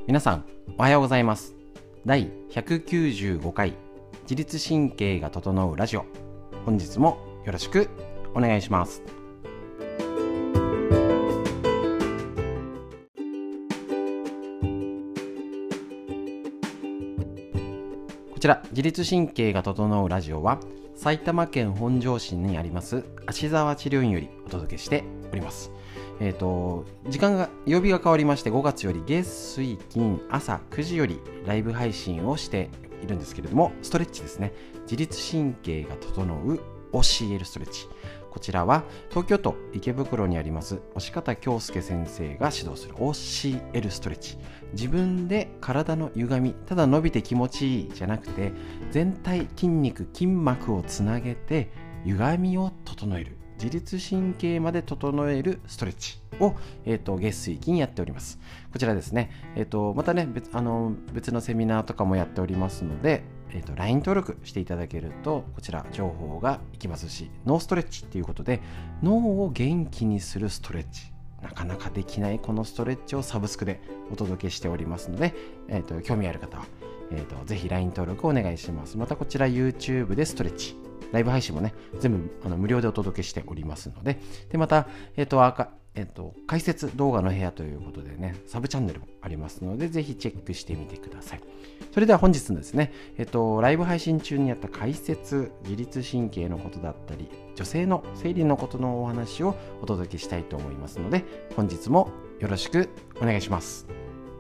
皆さんおはようございます。第195回自律神経が整うラジオ、本日もよろしくお願いします。こちら自律神経が整うラジオは埼玉県本庄市にあります芦沢治療院よりお届けしております。曜日が変わりまして、5月より月水金朝9時よりライブ配信をしているんですけれども、ストレッチですね。自律神経が整う教えるストレッチ、こちらは東京都池袋にあります押方京介先生が指導する教えるストレッチ。自分で体の歪み、ただ伸びて気持ちいいじゃなくて、全体筋肉筋膜をつなげて歪みを整える、自律神経まで整えるストレッチを、月水金やっております。こちらですね、またね、別のセミナーとかもやっておりますので、LINE 登録していただけるとこちら情報がいきますし、脳ストレッチっていうことで脳を元気にするストレッチ、なかなかできないこのストレッチをサブスクでお届けしておりますので、興味ある方は、ぜひ LINE 登録お願いします。またこちら YouTube でストレッチライブ配信もね、全部無料でお届けしておりますので、でまた、解説動画の部屋ということでね、サブチャンネルもありますので、ぜひチェックしてみてください。それでは本日のですね、ライブ配信中にやった解説、自律神経のことだったり、女性の生理のことのお話をお届けしたいと思いますので、本日もよろしくお願いします。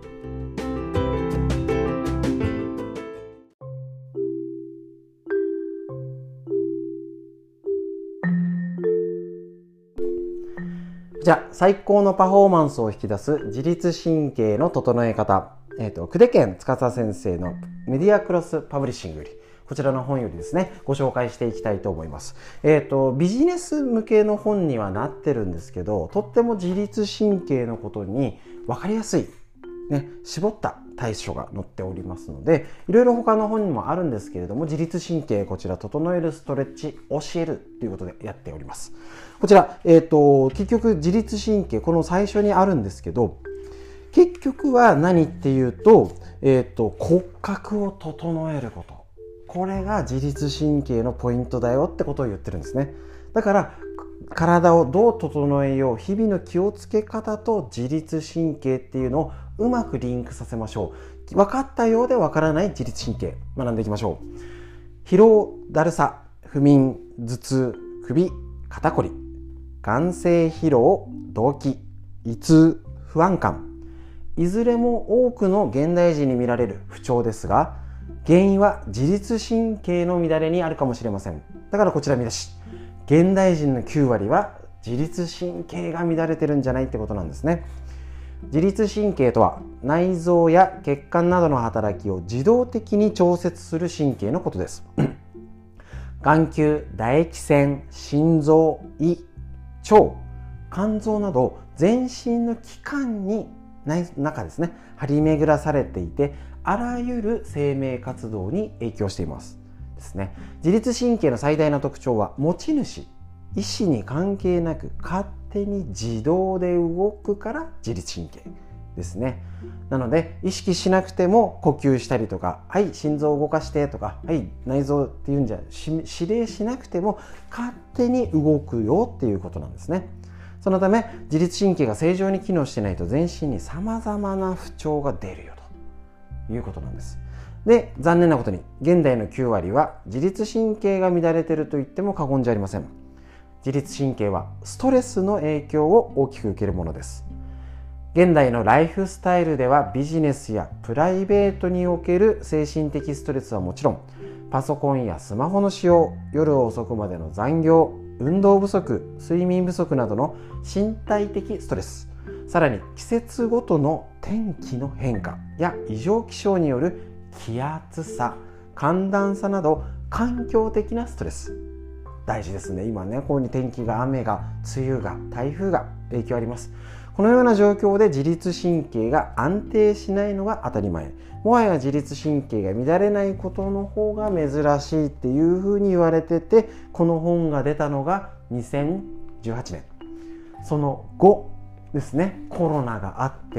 じゃあ、最高のパフォーマンスを引き出す自律神経の整え方、久手堅司先生のメディアクロスパブリッシングより、こちらの本よりですね、ご紹介していきたいと思います。ビジネス向けの本にはなってるんですけど、とっても自律神経のことに分かりやすい、絞った対処が載っておりますので、いろいろ他の本にもあるんですけれども、自律神経、こちら整えるストレッチ教えるということでやっております。こちら、結局自律神経、この最初にあるんですけど、結局は何っていうと、骨格を整えること、これが自律神経のポイントだよってことを言ってるんですね。だから体をどう整えよう、日々の気をつけ方と自律神経っていうのをうまくリンクさせましょう。分かったようで分からない自律神経、学んでいきましょう。疲労、だるさ、不眠、頭痛、首、肩こり、眼性疲労、動悸、胃痛、不安感、いずれも多くの現代人に見られる不調ですが、原因は自律神経の乱れにあるかもしれません。だからこちら見出し、現代人の9割は自律神経が乱れてるんじゃないってことなんですね。自律神経とは内臓や血管などの働きを自動的に調節する神経のことです。眼球、唾液腺、心臓、胃、腸、肝臓など全身の器官に中ですね、張り巡らされていて、あらゆる生命活動に影響していますですね。自律神経の最大の特徴は、持ち主、意思に関係なく勝手に自動で動くから自律神経ですね。なので意識しなくても呼吸したりとか、はい心臓を動かしてとか、はい内臓っていうんじゃ指令しなくても勝手に動くよっていうことなんですね。そのため自律神経が正常に機能してないと全身に様々な不調が出るよということなんです。で、残念なことに現代の9割は自律神経が乱れていると言っても過言じゃありません。自律神経はストレスの影響を大きく受けるものです。現代のライフスタイルではビジネスやプライベートにおける精神的ストレスはもちろん、パソコンやスマホの使用、夜遅くまでの残業、運動不足、睡眠不足などの身体的ストレス、さらに季節ごとの天気の変化や異常気象による気圧差、寒暖差など環境的なストレス、大事ですね。今ね、こういう天気が、雨が、梅雨が、台風が影響あります。このような状況で自律神経が安定しないのが当たり前。もはや自律神経が乱れないことの方が珍しいっていうふうに言われてて、この本が出たのが2018年。その後ですね、コロナがあって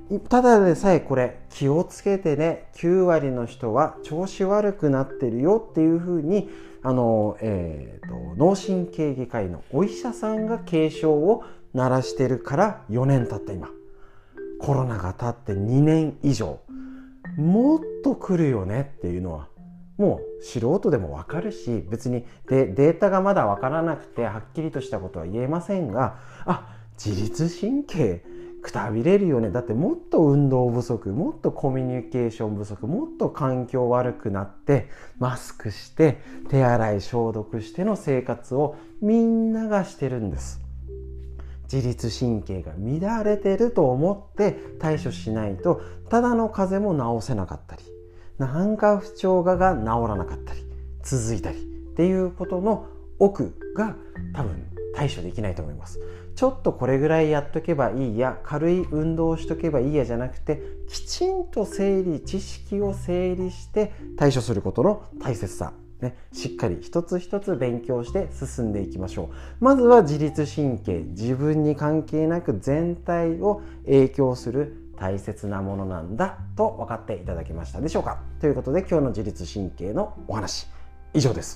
ただでさえこれ気をつけてね、9割の人は調子悪くなってるよっていうふうに脳神経外科医のお医者さんが警鐘を鳴らしてるから4年経った今、コロナが経って2年以上、もっと来るよねっていうのはもう素人でも分かるし、別にデータがまだ分からなくてはっきりとしたことは言えませんが、自律神経くたびれるよね。だってもっと運動不足、もっとコミュニケーション不足、もっと環境悪くなってマスクして手洗い消毒しての生活をみんながしてるんです。自律神経が乱れてると思って対処しないと、ただの風邪も治せなかったり、なんか不調が治らなかったり続いたりっていうことの奥が多分対処できないと思います。ちょっとこれぐらいやっとけばいいや、軽い運動をしとけばいいやじゃなくて、きちんと知識を整理して対処することの大切さ、しっかり一つ一つ勉強して進んでいきましょう。まずは自律神経、自分に関係なく全体を影響する大切なものなんだと分かっていただけましたでしょうか。ということで今日の自律神経のお話以上です。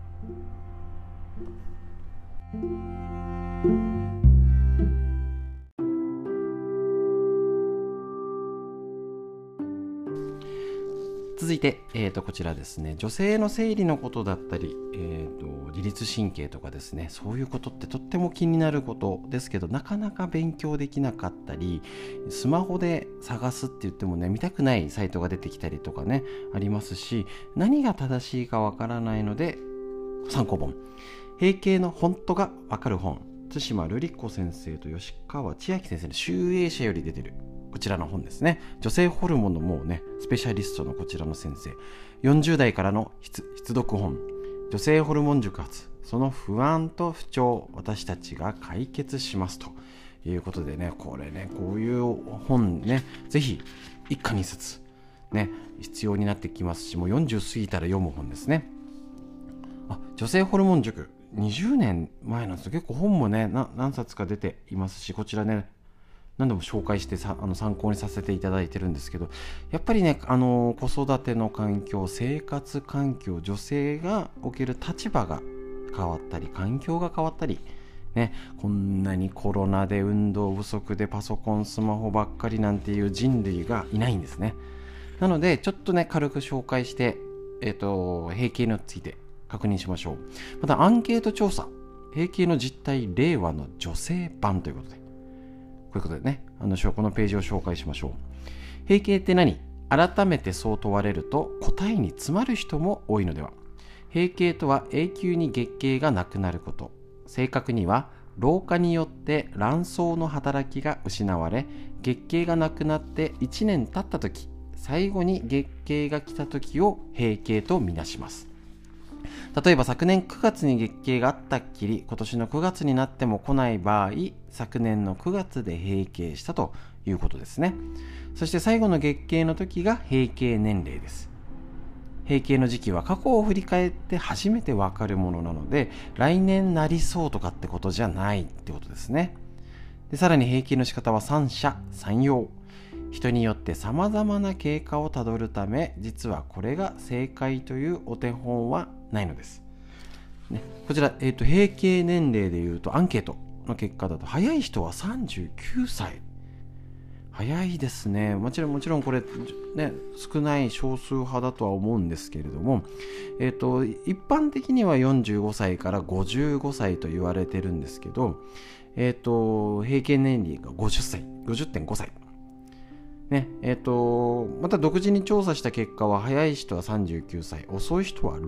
続いて、こちらですね、女性の生理のことだったり、自律神経とかですね、そういうことってとっても気になることですけど、なかなか勉強できなかったり、スマホで探すって言ってもね、見たくないサイトが出てきたりとかね、ありますし、何が正しいかわからないので、参考本、閉経の本当がわかる本、対馬瑠璃子先生と吉川千秋先生の集英社より出てるこちらの本ですね。女性ホルモンのもうねスペシャリストのこちらの先生、40代からの必読本、女性ホルモン熟発、その不安と不調、私たちが解決しますということでね、これね、こういう本ね、ぜひ一家に一冊ね必要になってきますし、もう40過ぎたら読む本ですね。女性ホルモン塾、20年前なんですよ。結構本もね何冊か出ていますし、こちらね何度も紹介して参考にさせていただいてるんですけど、やっぱりね子育ての環境、生活環境、女性がおける立場が変わったり、環境が変わったりね、こんなにコロナで運動不足でパソコンスマホばっかりなんていう人類がいないんですね。なのでちょっとね軽く紹介して、閉経について確認しましょう。またアンケート調査、閉経の実態令和の女性版ということで、こういうことでね、このページを紹介しましょう。閉経って何？改めてそう問われると答えに詰まる人も多いのでは。閉経とは永久に月経がなくなること。正確には老化によって卵巣の働きが失われ、月経がなくなって1年経った時、最後に月経が来た時を閉経とみなします。例えば昨年9月に月経があったっきり、今年の9月になっても来ない場合、昨年の9月で閉経したということですね。そして最後の月経の時が閉経年齢です。閉経の時期は過去を振り返って初めてわかるものなので、来年なりそうとかってことじゃないってことですね。でさらに閉経の仕方は三者三様、人によって様々な経過をたどるため、実はこれが正解というお手本はないのです、ね、こちら、閉経年齢でいうとアンケートの結果だと、早い人は39歳。早いですね。もちろんこれ、ね、少ない少数派だとは思うんですけれども、一般的には45歳から55歳と言われてるんですけど、閉経年齢が50歳、50.5歳。ね、また独自に調査した結果は、早い人は39歳、遅い人は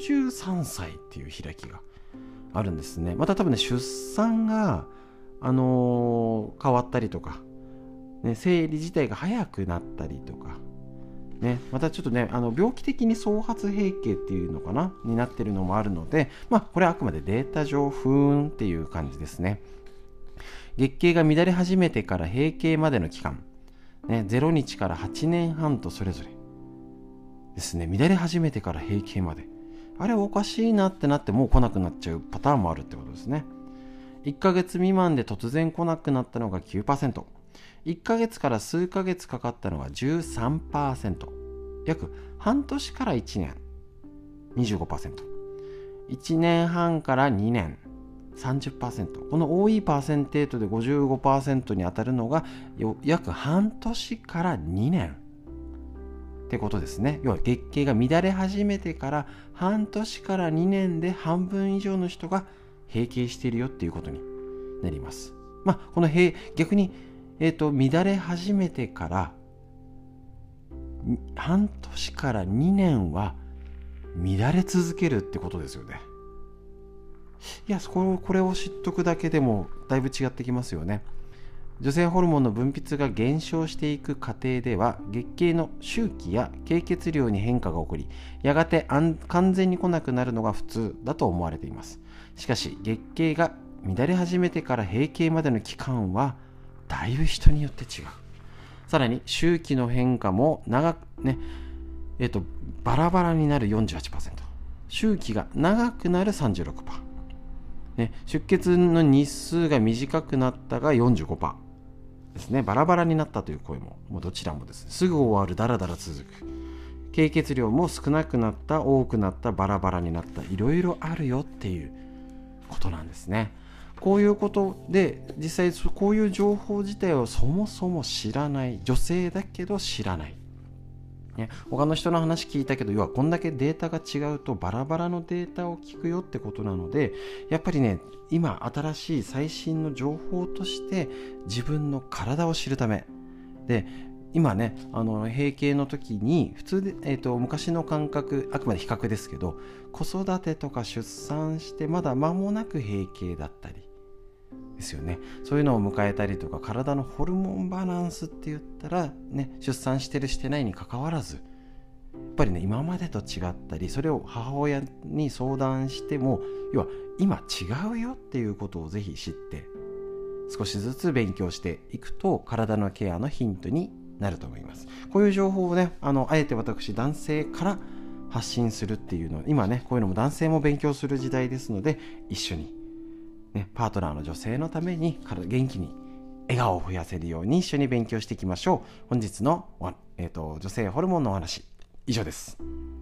63歳っていう開きがあるんですね。また多分ね、出産が、変わったりとか、ね、生理自体が早くなったりとか、ね、またちょっとね、病気的に早発閉経っていうのかなになってるのもあるので、これはあくまでデータ上不運っていう感じですね。月経が乱れ始めてから閉経までの期間、ね、0日から8年半とそれぞれですね。乱れ始めてから閉経まで、あれおかしいなってなってもう来なくなっちゃうパターンもあるってことですね。1ヶ月未満で突然来なくなったのが 9%、 1ヶ月から数ヶ月かかったのは 13%、 約半年から1年 25%、 1年半から2年 30%、 この多いパーセンテージで 55% に当たるのが約半年から2年ってことですね。要は月経が乱れ始めてから半年から2年で半分以上の人が閉経しているよっていうことになります。この逆に、乱れ始めてから半年から2年は乱れ続けるってことですよね。いや、これを知っとくだけでもだいぶ違ってきますよね。女性ホルモンの分泌が減少していく過程では、月経の周期や経血量に変化が起こり、やがて完全に来なくなるのが普通だと思われています。しかし、月経が乱れ始めてから閉経までの期間はだいぶ人によって違う。さらに周期の変化もバラバラになる 48%、 周期が長くなる 36%、出血の日数が短くなったが 45% ですね。バラバラになったという声もどちらもですね、すぐ終わる、だらだら続く、経血量も少なくなった、多くなった、バラバラになった、いろいろあるよっていうことなんですね。こういうことで、実際こういう情報自体をそもそも知らない、女性だけど知らない、他の人の話聞いたけど、要はこんだけデータが違うとバラバラのデータを聞くよってことなので、やっぱりね、今新しい最新の情報として自分の体を知るためで、今ね、閉経の時に普通で、昔の感覚、あくまで比較ですけど、子育てとか出産してまだ間もなく閉経だったりですよね。そういうのを迎えたりとか、体のホルモンバランスって言ったらね、出産してるしてないにかかわらず、やっぱりね、今までと違ったり、それを母親に相談しても、要は今違うよっていうことをぜひ知って、少しずつ勉強していくと体のケアのヒントになると思います。こういう情報をね、あえて私男性から発信するっていうの、今ね、こういうのも男性も勉強する時代ですので、一緒にパートナーの女性のために元気に笑顔を増やせるように一緒に勉強していきましょう。本日の、女性ホルモンのお話、以上です。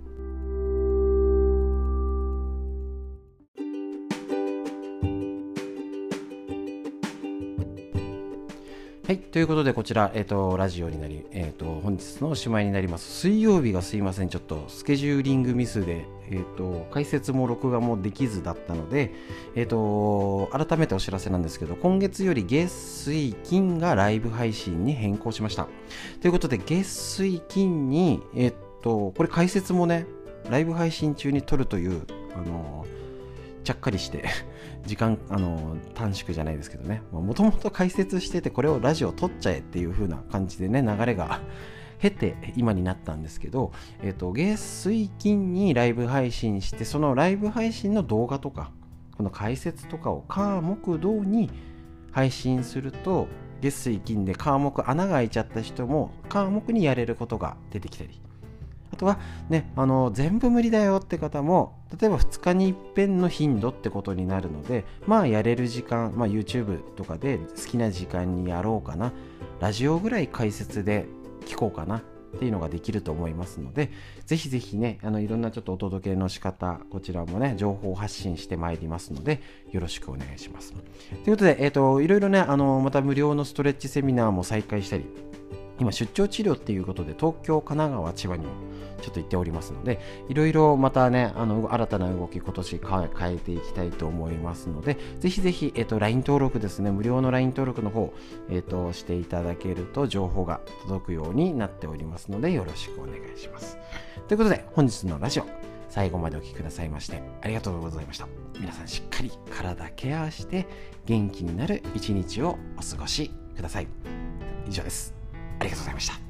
はい、ということでこちら、ラジオになり、本日のおしまいになります。水曜日がすいません、ちょっとスケジューリングミスで、解説も録画もできずだったので、改めてお知らせなんですけど、今月より月水金がライブ配信に変更しました。ということで、月水金に、これ解説もね、ライブ配信中に撮るという、ちゃっかりして時間短縮じゃないですけどね、もともと解説してて、これをラジオ撮っちゃえっていう風な感じでね、流れが経て今になったんですけど、月水金にライブ配信して、そのライブ配信の動画とかこの解説とかを火木土に配信すると、月水金で火木穴が開いちゃった人も火木にやれることが出てきたり、あとはね、全部無理だよって方も、例えば2日に一遍の頻度ってことになるので、やれる時間、YouTube とかで好きな時間にやろうかな、ラジオぐらい解説で聞こうかなっていうのができると思いますので、ぜひぜひね、いろんなちょっとお届けの仕方、こちらもね、情報発信してまいりますので、よろしくお願いします。ということで、いろいろね、また無料のストレッチセミナーも再開したり、今出張治療っていうことで東京、神奈川、千葉にもちょっと行っておりますので、いろいろまたね、新たな動き今年変えていきたいと思いますので、ぜひぜひ、LINE 登録ですね、無料の LINE 登録の方、していただけると情報が届くようになっておりますので、よろしくお願いします。ということで、本日のラジオ最後までお聞きくださいましてありがとうございました。皆さんしっかり体ケアして元気になる一日をお過ごしください。以上です。ありがとうございました。